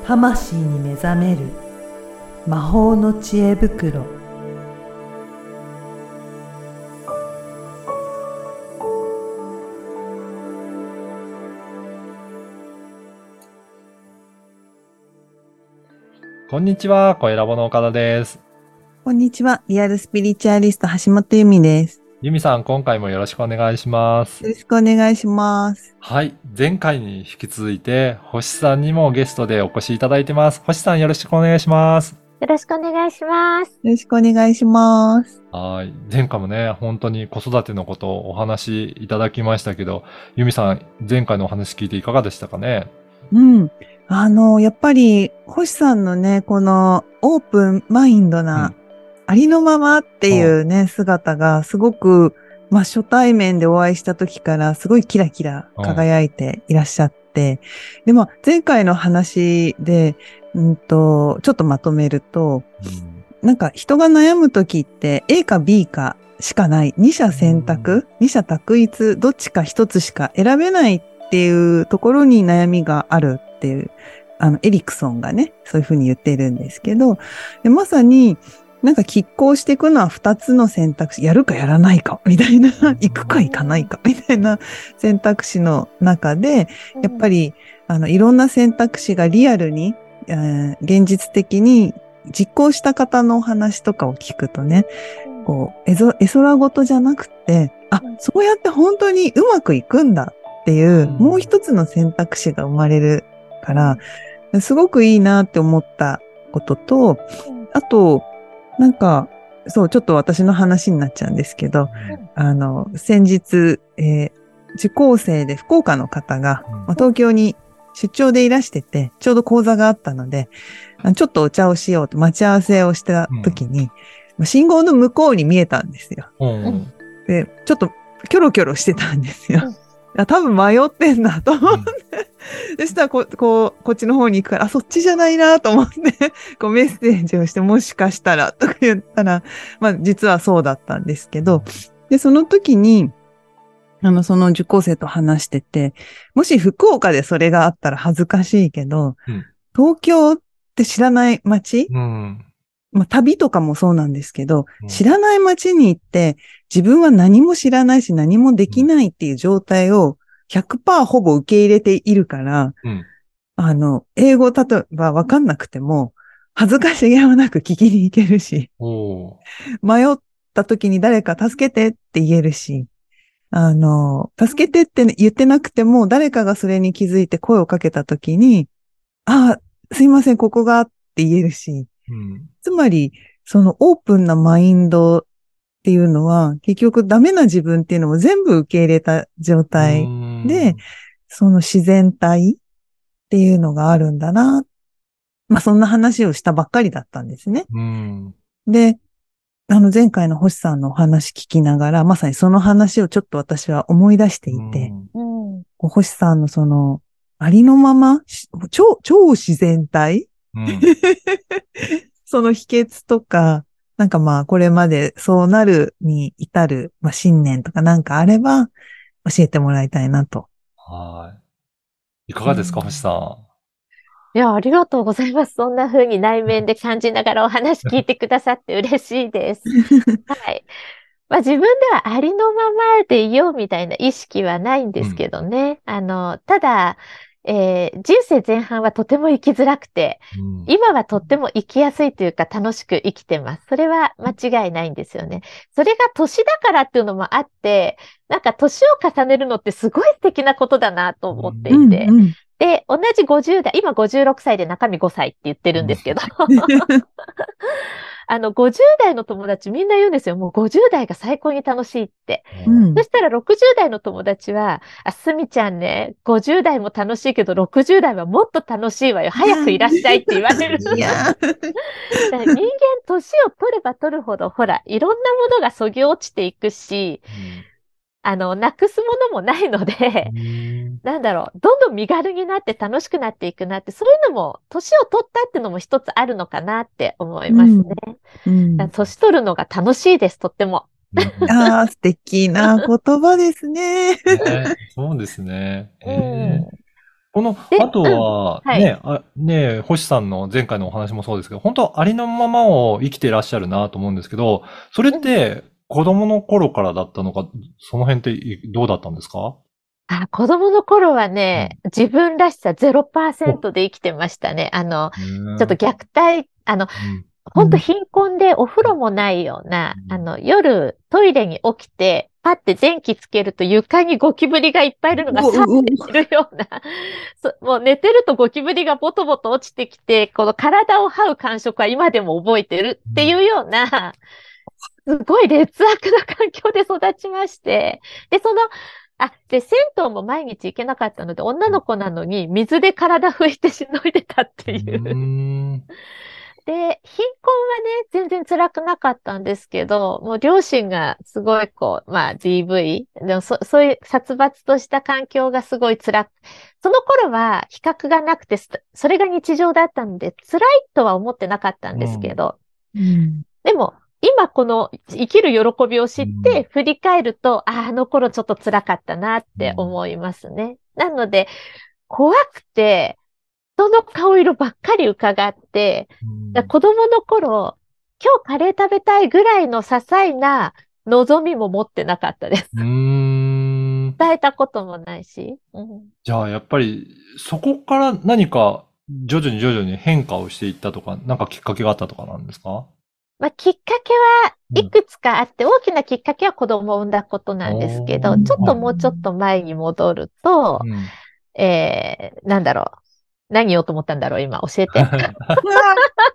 魂に目覚める魔法の知恵袋。 こんにちは、声ラボの岡田です。 こんにちは、リアルスピリチュアリスト橋本由美です。 由美さん、今回もよろしくお願いします。 よろしくお願いします。 はい、前回に引き続いて、星さんにもゲストでお越しいただいてます。星さん、よろしくお願いします。 よろしくお願いします。 よろしくお願いします。 はい、前回もね、本当に子育てのことをお話しいただきましたけど、由美さん、前回のお話聞いていかがでしたかね？ うん。やっぱり、星さんのね、このオープンマインドな、ありのままっていうね、姿がすごく、初対面でお会いした時からすごいキラキラ輝いていらっしゃって、で、前回の話で、ちょっとまとめると、なんか人が悩む時って A か B かしかない。二者選択、二者択一、どっちか一つしか選べないっていうところに悩みがあるっていう、エリクソンがね、そういうふうに言ってるんですけど、でまさになんか拮抗していくのは二つの選択肢、やるかやらないか、みたいな、行くか行かないか、みたいな選択肢の中で、やっぱり、いろんな選択肢がリアルに、現実的に実行した方のお話とかを聞くとね、こう、絵空事じゃなくて、そうやって本当にうまくいくんだっていう、もう一つの選択肢が生まれるから、すごくいいなって思ったことと、あと、なんか、そう、ちょっと私の話になっちゃうんですけど、先日、受講生で福岡の方が、東京に出張でいらしてて、ちょうど講座があったので、ちょっとお茶をしようと待ち合わせをした時に、信号の向こうに見えたんですよ。で、ちょっとキョロキョロしてたんですよ。多分迷ってんだと思って。そしたらこっちの方に行くから、そっちじゃないなと思って、メッセージをして、もしかしたらとか言ったら、実はそうだったんですけど、で、その時に、その受講生と話してて、もし福岡でそれがあったら恥ずかしいけど、東京って知らない街、旅とかもそうなんですけど、知らない街に行って、自分は何も知らないし何もできないっていう状態を 100% ほぼ受け入れているから、英語例えばわかんなくても、恥ずかしげもなく聞きに行けるし、迷った時に誰か助けてって言えるし、助けてって言ってなくても、誰かがそれに気づいて声をかけた時に、すいません、ここがって言えるし、つまり、そのオープンなマインドっていうのは、結局ダメな自分っていうのも全部受け入れた状態で、その自然体っていうのがあるんだな。そんな話をしたばっかりだったんですね。で、前回の星さんのお話聞きながら、まさにその話をちょっと私は思い出していて、星さんのその、ありのまま、超自然体その秘訣とか、なんかこれまでそうなるに至る、信念とかなんかあれば、教えてもらいたいなと。 はい。いかがですか、星さん。 いや、ありがとうございます。そんな風に内面で感じながらお話聞いてくださって嬉しいです。はい。自分ではありのままでいようみたいな意識はないんですけどね。ただ、人生前半はとても生きづらくて、今はとっても生きやすいというか楽しく生きてます。それは間違いないんですよね。それが年だからっていうのもあって、なんか年を重ねるのってすごい素敵なことだなと思っていて。で、同じ50代、今56歳で中身5歳って言ってるんですけど、50代の友達みんな言うんですよ。もう50代が最高に楽しいって。そしたら60代の友達は、すみちゃんね、50代も楽しいけど、60代はもっと楽しいわよ。早くいらっしゃいって言われる。人間、年を取れば取るほど、ほら、いろんなものがそぎ落ちていくし、なくすものもないので、どんどん身軽になって楽しくなっていくなって、そういうのも、年を取ったってのも一つあるのかなって思いますね。年取るのが楽しいです、とっても。 素敵な言葉ですね。 そうですね。 で、 あとは、 はい。 星さんの前回のお話もそうですけど、本当ありのままを生きていらっしゃるなと思うんですけど、それって子供の頃からだったのか、その辺ってどうだったんですか？ 子供の頃はうね、 ん。 自分らしさお、 0%で生きてましたね。 ねちょっと虐待、 うん。 うん。 ほんと貧困でお風呂もないような、 うん。 夜トイレに起きて、パッて電気つけると床にゴキブリがいっぱいいるのがさっうお、うているような、もう寝てるとゴキブリがボトボト落ちてきて、この体を這う感触は今でも覚えてるっていうような、すごい劣悪な環境で育ちまして、で、で、銭湯も毎日行けなかったので、女の子なのに水で体拭いてしのいでたってういう。 ん。 で、貧困はね、全然辛くなかったんですけど、もう両親がすごいDV、でもそういう殺伐とした環境がすごい辛く、その頃は比較がなくて、それが日常だったので、辛いとは思ってなかったんですけうん。 ど、 ん。 でも、今この生きる喜びを知っうん。 て振り返ると、あの頃ちょっと辛かったなっうん。 て思いますね。なので、怖くて、人の顔色ばっかり伺って、 うん。 子供の頃、今日カレー食べたいぐらいの些細な望みも持ってなかったです。 うーん。 伝えたこともないし。 じゃあ、やっぱり、そこから何か、徐々に変化をしていったとか、なんかきっかけがあったとかなんですか？ きっかけはいうん。 くつかあって、大きなきっかけは子供を産んだことなんですけど、 おー、 ちょっとはい。 もうちょっと前に戻ると、 うん。 なんだろう。何言おうと思ったんだろう、今。教えて。 うわ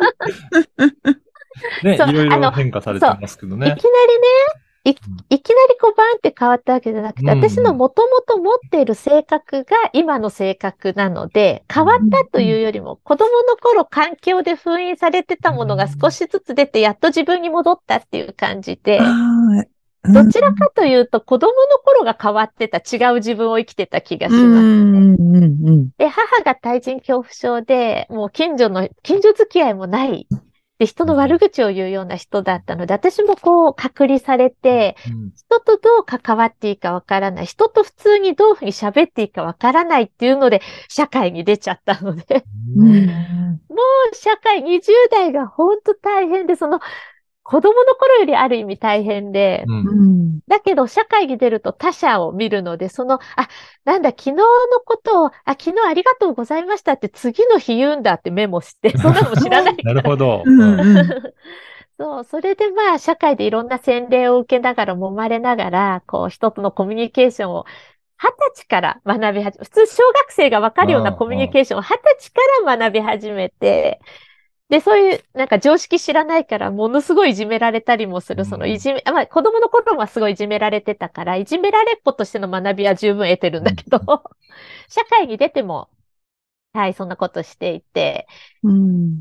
ね、 そう、 いろいろ変化されてそう。 ますけどね。 いきなりね、いきなりこうバンって変わったわけじゃなくて、 うん。 私のうん。 もともと持っている性格が今の性格なので、変わっうん。 たというよりも、子供の頃環境で封印されてたものが少しずつ出て、やっと自分に戻ったっていう感じあで、 あ、うん。 どちらかというと子供の頃が変わってた違う自分を生きてた気がうしますね。 ん。うん。うん。 で、母が対人恐怖症で、もう近所付き合いもない。で、人の悪口を言うような人だったので、私もこう隔離されて、 うん。 人とどう関わっていいかわからない。人と普通にどういうふうに喋っていいかわからないっていうので、社会に出ちゃったので、 うん。 もう社会20代が本当大変で、子供の頃よりある意味大変で、 ううん。 ん。 だけど、社会に出ると他者を見るので、なんだ、昨日のことを、昨日ありがとうございましたって次の日言うんだってメモして、そんなのも知らないなるから。 ほど。 ううん。 ん。 そう、それで社会でいろんな洗礼を受けながら、揉まれながら、こう、人とのコミュニケーションを20歳から学び始め、普通小学生がわかうん。 るようなコミュニうん。 ケーションを20歳から学び始めて、で、そういう、なんか常識知らないから、ものすごいいじめられたりもする、そのいうん。 じめ、子供の頃はすごいいじめられてたから、いじめられっ子としての学びは十分得てるんうん。 だけど、社会に出ても、はい、そんなことしていて、 うん。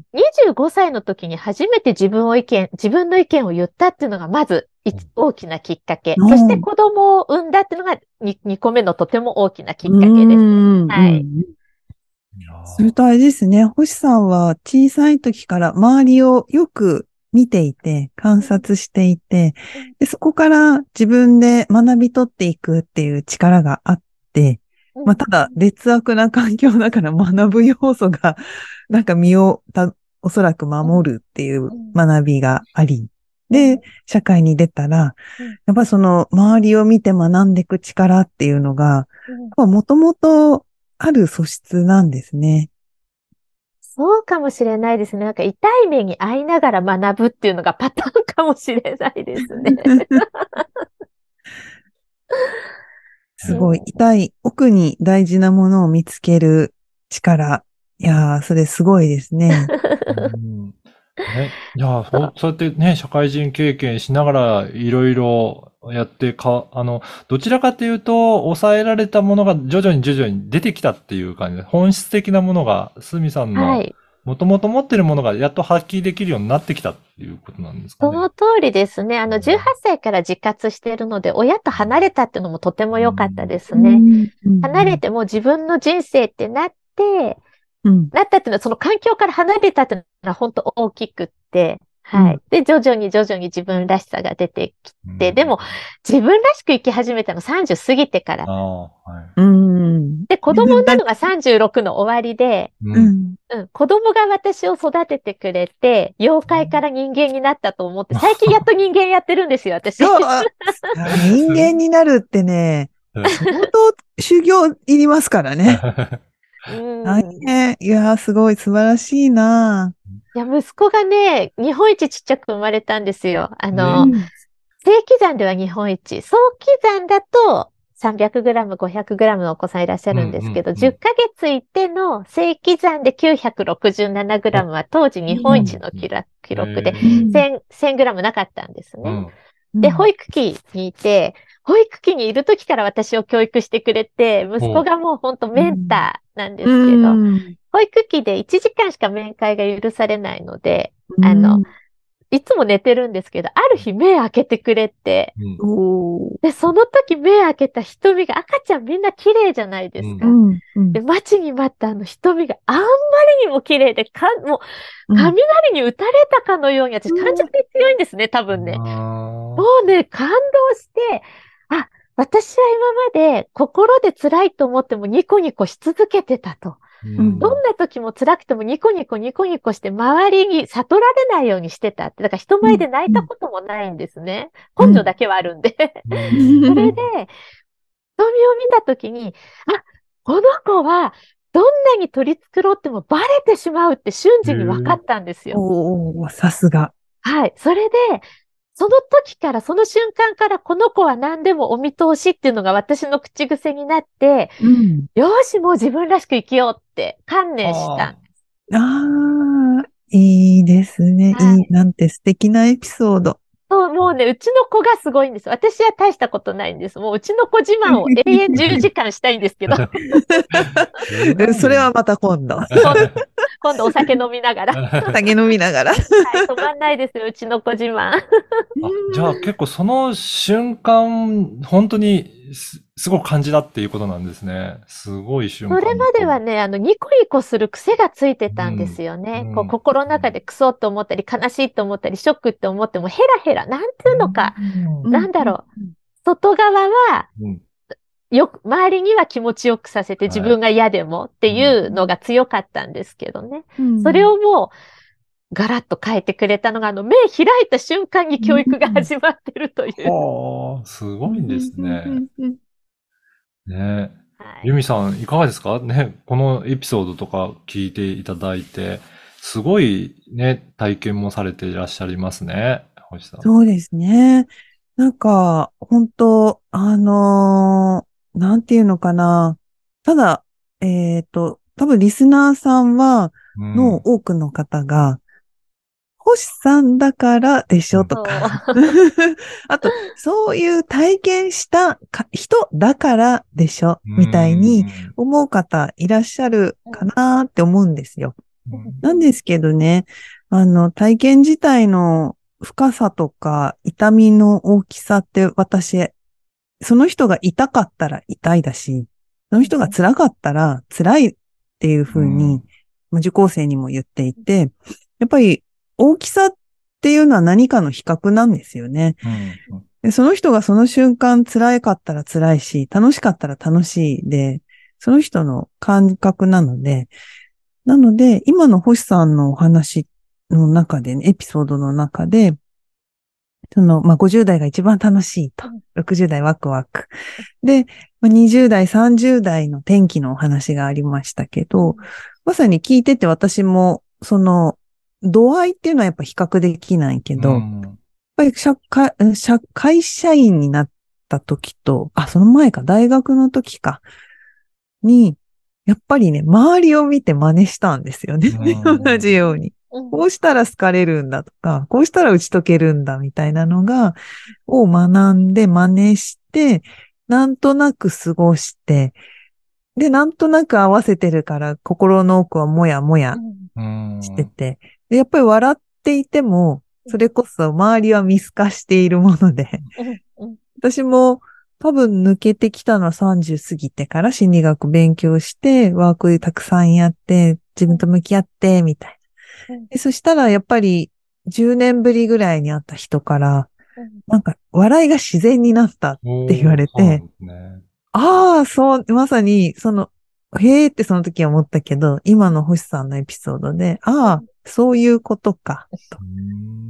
25歳の時に初めて自分の意見を言ったっていうのが、まず、大きなきっかけ。そして子供を産んだっていうのが2個目のとても大きなきっうかけです。 ん。うはい。 ん。 いやそれとあれですね。星さんは小さい時から周りをよく見ていて、観察していて、で、そこから自分で学び取っていくっていう力があって、まあ、ただ劣悪な環境だから学ぶ要素が、なんかおそらく守るっていう学びがあり、で、社会に出たら、やっぱりその周りを見て学んでいく力っていうのが、もともとある素質なんですね。 そうかもしれないですね。なんか痛い目に遭いながら学ぶっていうのがパターンかもしれないですね。 すごい痛い奥に大事なものを見つける力。いやー、それすごいですね。 ー、うん。いや、そうやってね、社会人経験しながらいろいろやってどちらかというと、抑えられたものが徐々に出てきたっていう感じで、本質的なものが、すみさんのはい。 もともと持ってるものがやっと発揮できるようになってきたっていうことなんですかね。 その通りですね。18歳から自活しているので、親と離れたっていうのもとても良かったですね。 うん、う離れん、 ても自分の人生ってうん、 なったっていうのは、その環境から離れたっていうのは本当大きくって、 うん、 はい。で、徐々に自分らしさが出てきて、でうん。 も、自分らしく生き始めたの30過ぎてから。 ああ、はい。 うん、 ん。 で、子供なのが36の終わりで、 うん。 子供が私を育ててくれて、妖怪から人間になったと思って、最近やっと人間やってるんですよ、私。 そう、人間になるってね、相当修行いりますからね。大変。いやー、すごい素晴らしいな。 いや、息子がね、日本一ちっちゃく生まれたんですよ。 うん正規山では日本一。早期山だと300グラム、500グラムのお子さんいらっしゃるんですけど、10ヶ月いての正規山で967グラムは当時日本一の記録で、1000グラムなかったんですね。で、保育器にいて、保育器にいる時から私を教育してくれて、息子がもうほんとメンターなんですけど、保育器で1時間しか面会が許されないので、いつも寝てるんですけど、ある日目開けてくれて、で、その時目開けた瞳が、赤ちゃんみんな綺麗じゃないですか。で、待ちに待った瞳があんまりにも綺麗で、もう、雷に打たれたかのように、私感情って強いんですね、多分ね。もうね、感動して、あ、私は今まで心で辛いと思ってもニコニコし続けてたと。どんな時も辛くてもニコニコニコニコして周りに悟られないようにしてたって。だから人前で泣いたこともないんですね。根性だけはあるんで。それで、瞳を見た時に、あ、この子はどんなに取り繕ってもバレてしまうって瞬時に分かったんですよ。 さすが。 はい。それで、その時から、その瞬間からこの子は何でもお見通しっていうのが私の口癖になって、よーし、もう自分らしく生きようって観念したんです。 いいですね。なんて素敵なエピソード。 そう、もうね、うちの子がすごいんです。私は大したことないんです。もううちの子自慢を永遠10時間したいんですけど。 それはまた今度。 今度お酒飲みながら。 お酒飲みながら。 はい、止まんないですよ、うちの子自慢。 じゃあ結構その瞬間、本当にすごく感じたっていうことなんですね。すごい瞬間。 それまではね、ニコニコする癖がついてたんですよね。こう心の中でクソって思ったり、悲しいと思ったり、ショックって思ってもヘラヘラ、なんていうのか、なんだろう。外側は、周りには気持ちよくさせて自分が嫌でもっていうのが強かったんですけどね。それをもう、ガラッと変えてくれたのが、目開いた瞬間に教育が始まってるという。 すごいんですね。ねはい、 ユミさん、いかがですかね、このエピソードとか聞いていただいて、すごいね、体験もされていらっしゃいますね、星さん。 そうですね。なんか、本当なんていうのかな。ただ、多分リスナーさんの多くの方が、星さんだからでしょとか。あと、そういう体験した人だからでしょみたいに思う方いらっしゃるかなって思うんですよ。なんですけどね、体験自体の深さとか痛みの大きさってその人が痛かったら痛いだし、その人が辛かったら辛いっていうふうに、受講生にも言っていて、やっぱり大きさっていうのは何かの比較なんですよね。でその人がその瞬間辛かったら辛いし、楽しかったら楽しいで、その人の感覚なので、今の星さんのお話の中でね、エピソードの中で、50代が一番楽しいと。60代ワクワク。で、20代、30代の天気のお話がありましたけど、まさに聞いてて私も、度合いっていうのはやっぱ比較できないけど、やっぱり会社員になった時と、その前か、大学の時か、に、やっぱりね、周りを見て真似したんですよね。同じように。こうしたら好かれるんだとか、こうしたら打ち解けるんだみたいなのを学んで真似して、なんとなく過ごして、で、なんとなく合わせてるから心の奥はもやもやしてて、でやっぱり笑っていても、それこそ周りは見透かしているもので、私も多分抜けてきたのは30過ぎてから心理学勉強して、ワークたくさんやって、自分と向き合って、みたいな。でそしたらやっぱり10年ぶりぐらいに会った人から、なんか笑いが自然になったって言われて、 ああ、そう、まさに、へーってその時は思ったけど、今の星さんのエピソードで、ああ、そういうことか、と。 うん。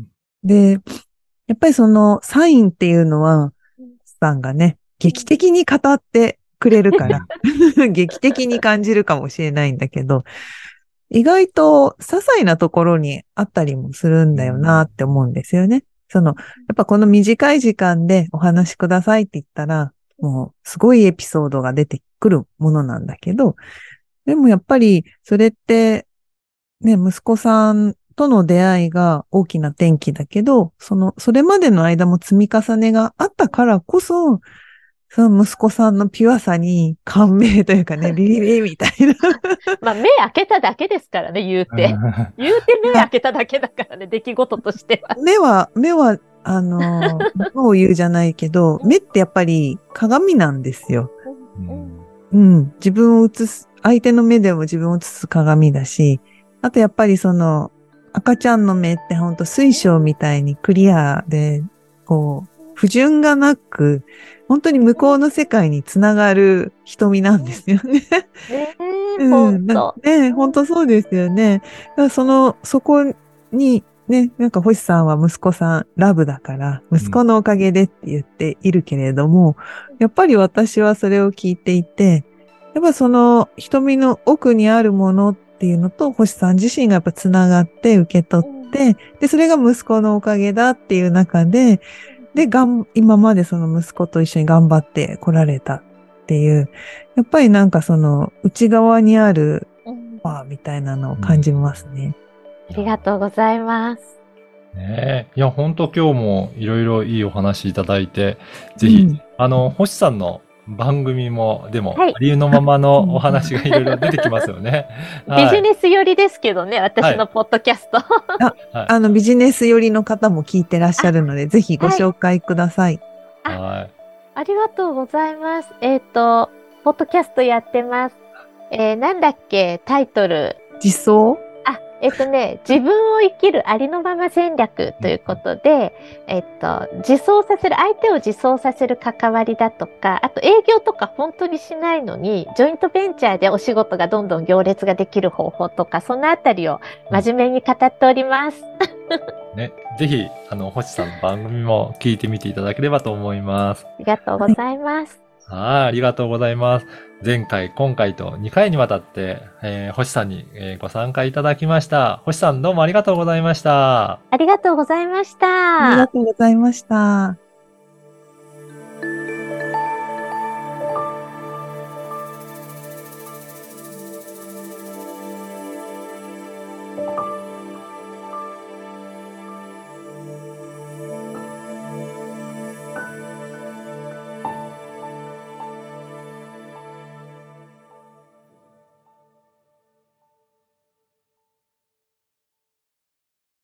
で、やっぱりそのサインっていうのは、さんがね、劇的に語ってくれるから、劇的に感じるかもしれないんだけど、意外と些細なところにあったりもするんだよなって思うんですよね。やっぱこの短い時間でお話しくださいって言ったら、もうすごいエピソードが出てくるものなんだけど、でもやっぱりそれってね、息子さんとの出会いが大きな転機だけど、それまでの間も積み重ねがあったからこそ、その息子さんのピュアさに感銘というかね、ビビビみたいな。 まあ、目開けただけですからね、言うて。言うて目開けただけだからね、出来事としては。 目は、どう言うじゃないけど、目ってやっぱり鏡なんですよ。うん。自分を映す、相手の目でも自分を映す鏡だし、あとやっぱり赤ちゃんの目ってほんと水晶みたいにクリアで、こう、不純がなく、本当に向こうの世界につながる瞳なんですよね。 ねえ、 うん。 ほんと。 ね、本当そうですよね。だからそこに、ね、なんか星さんは息子さんラブだから、息子のおかげでって言っているけれども、やっぱり私はそれを聞いていて、やっぱその瞳の奥にあるものっていうのと星さん自身がやっぱつながって受け取って、で、それが息子のおかげだっていう中で、今までその息子と一緒に頑張ってこられたっていう、やっぱりなんか内側にあるパワーみたいなのを感じますね。 ありがとうございます。 ねえ。いや、本当今日もいろいろいいお話いただいて、ぜひ、星さんの番組も、でも、 はいありのままのお話がいろいろ出てきますよね。 ビジネス寄りですけどね、私のポッドキャスト。 ビジネス寄りの方も聞いてらっしゃるので、ぜひご紹介ください。 はい。 ありがとうございます。ポッドキャストやってます。なんだっけ、タイトル。 自走？ 自分を生きるありのまま戦略ということで、自走させる、相手を自走させる関わりだとか、あと営業とか本当にしないのに、ジョイントベンチャーでお仕事がどんどん行列ができる方法とか、そのあたりを真面目に語っております。 ね、ぜひ、星さんの番組も聞いてみていただければと思います。 ありがとうございます。 はい、ありがとうございます。前回、今回と2回にわたって、星さんに、ご参加いただきました。星さんどうもありがとうございました。 ありがとうございました。 ありがとうございました。